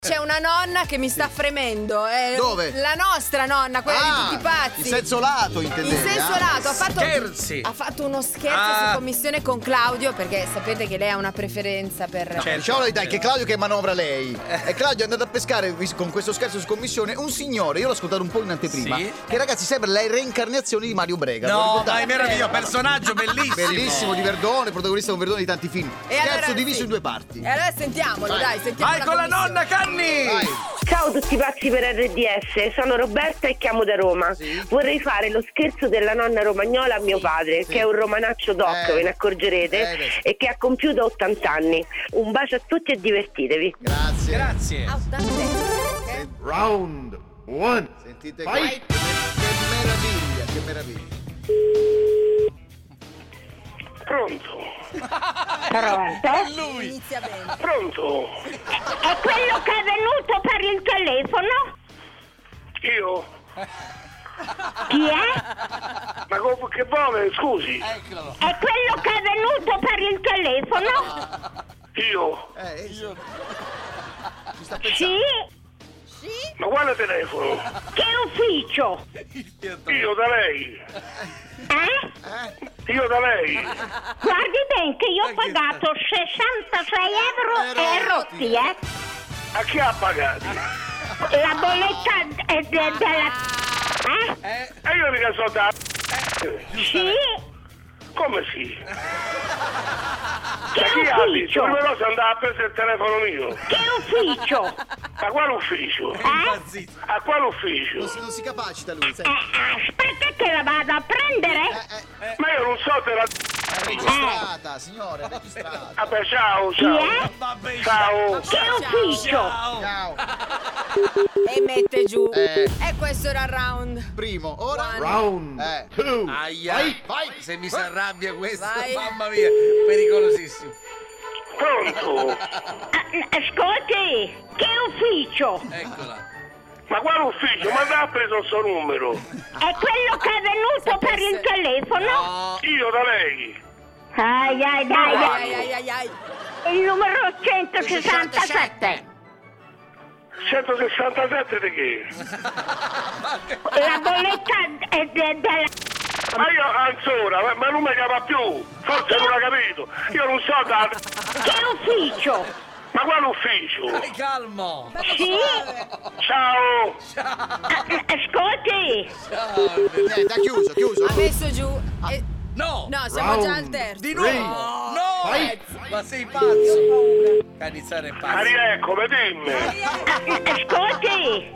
C'è una nonna che mi sta fremendo. Dove? La nostra nonna, quella di tutti i pazzi. In senso lato, intendevi? In senso lato, Scherzi. ha fatto uno scherzo su commissione con Claudio, perché sapete che lei ha una preferenza per... Certo. Diciamo la verità, che Claudio che manovra lei. E Claudio è andato a pescare con questo scherzo su commissione un signore, io l'ho ascoltato un po' in anteprima, che ragazzi sembra la reincarnazione di Mario Brega. No, ma è meraviglioso, personaggio bellissimo. Bellissimo, di Verdone, protagonista con Verdone di tanti film. Scherzo allora, diviso in due parti. E allora sentiamolo, sentiamo. Vai con la nonna Canni! Vai. Ciao a tutti pazzi per RDS, sono Roberta e chiamo da Roma. Vorrei fare lo scherzo della nonna romagnola a mio padre, che è un romanaccio doc, ve ne accorgerete, e che ha compiuto 80 anni. Un bacio a tutti e divertitevi. Grazie. Round 1. Sentite che meraviglia, che meraviglia. Pronto? Lui inizia bene. Pronto? È quello che è venuto per il telefono? Io? Chi è? Ma che vuole, scusi? Eccolo. È quello che è venuto per il telefono? Io? Ci sta pensando. Sì? Ma quale telefono? Che ufficio? Io da lei. Io da lei. Guardi ben che io ho pagato 66 euro e rotti, A chi ha pagato? La bolletta è della... E io mica so da... Sì? Come sì? Che Ma chi ha detto? ufficio? Come no se andava a prendere il telefono mio? Che ufficio? A quale ufficio? A quale ufficio? Non si capacita lui. Aspetta che la vado a prendere. Ma io non so te la... È registrata, signore, è registrata. Vabbè, ciao, Chi ciao. è? Ciao. Che ufficio? Ciao. E mette giù. E questo era il round. Primo, ora. Round 2. Aia. Vai. Se mi si arrabbia questo, Vai. mamma mia, pericolosissimo. Pronto? Ascolti, che ufficio? Eccola. Ma quale ufficio? Ma dove ha preso il suo numero? È quello che è venuto per il telefono? Io da lei. Ai. Il numero 167. 167 di che? La bolletta è della... Ma io ancora, ma non mi chiama più. Forse non ha capito. Io non so da... Che ufficio? Ma quale ufficio? Stai calmo. Sì? Ciao. Ascolti. Niente, ha chiuso. Ha messo giù. No. No, siamo già al terzo. Di nuovo. No. Ma sei pazzo. Canizzare è pazzo. Rieccomi, dimmi. Ascolti.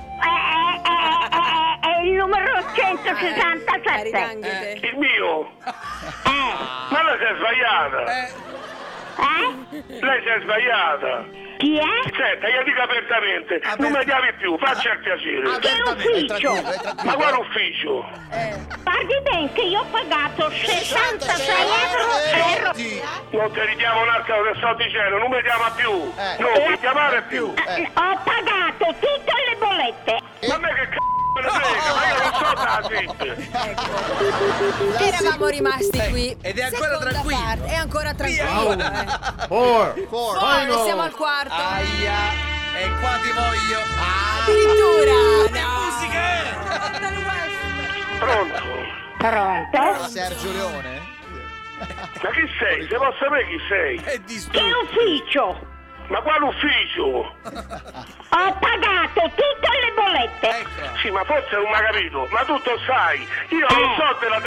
È il numero 167. Riganghete. Il mio? Ma lei si è sbagliata. Lei si è sbagliata. Chi è? Senta, io dico apertamente, non mi chiami più, faccia il piacere. Che ufficio? Ma quale ufficio? Guardi ben che io ho pagato 66 euro. Non ti richiamo un attimo, te sto dicendo, non mi chiama più. Non mi chiamare più. Ho pagato tutte le bollette. Ma a me che me ne frega, ma io non so da zitte. Eravamo rimasti qui. Ed è ancora Seconda tranquillo. parte, è ancora tranquillo. 4. Siamo al quarto. Aia. E qua ti voglio. Addirittura. Che musica è? Pronto? Sergio Leone? Ma chi sei? Se posso sapere chi sei? È Che distrutto. ufficio? Ma quale ufficio? Ho pagato tutte le bollette. Ecco. Sì, ma forse non mi ha capito, ma tu lo sai, io non so della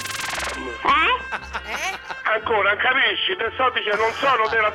Ancora, non capisci? Te sto dicendo, non sono della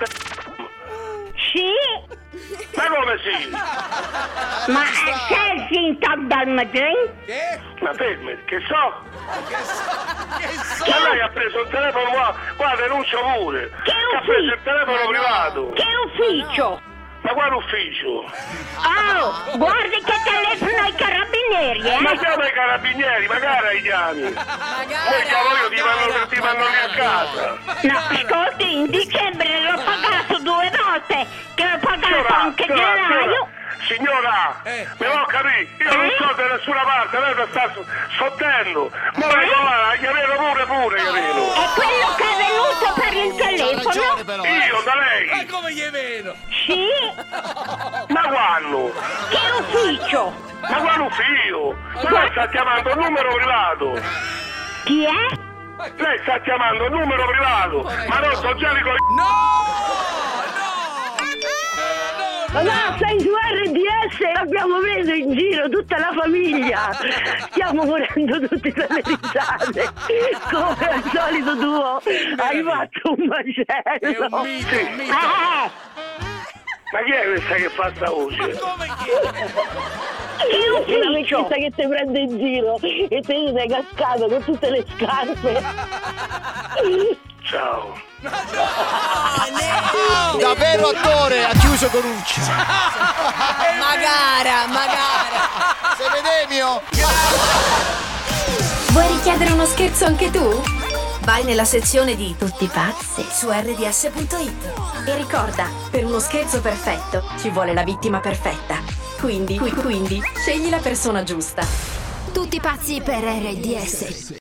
Sì? Ma come sì? Ma sei il sintomo dal Madrid? Che? Ma fermi, che so? Che Ma lei ha preso il telefono, qua denuncio pure. Che Ha preso il telefono privato. Che ufficio? Ma quale ufficio? Oh, guardi che telefono ai carabinieri, Ma chiama i carabinieri, magari ai chiami. Poi chiamo io, ti vanno lì a casa. No, ascolti, in dicembre l'ho pagato 2 volte, che l'ho pagato anche gennaio. Signora, mi ho capito, io non so da nessuna parte, lei mi sta sfottendo. Ma lei va, chiamino pure, chiamino. È quello che è venuto che parli il telefono? Io da lei? Ma come gli è vero? Sì? Ma quando? Che ufficio? Ma quale ufficio? Ma lei sta chiamando un numero privato. Chi è? Lei sta chiamando un numero privato. Ma non so già di No, sei su RDS e l'abbiamo preso in giro tutta la famiglia. Stiamo morendo tutti dalle risate. Come al solito tu hai fatto un macello. È un mito, un mito. Ma chi è questa che fa sta voce? Come chi è? Una vecchietta che ti prende in giro e te sei cascato con tutte le scarpe. Ciao. Davvero attore, ha chiuso con un Magara. Se vedemio. Vuoi richiedere uno scherzo anche tu? Vai nella sezione di Tutti pazzi su rds.it e ricorda, per uno scherzo perfetto ci vuole la vittima perfetta. Quindi scegli la persona giusta. Tutti pazzi per RDS.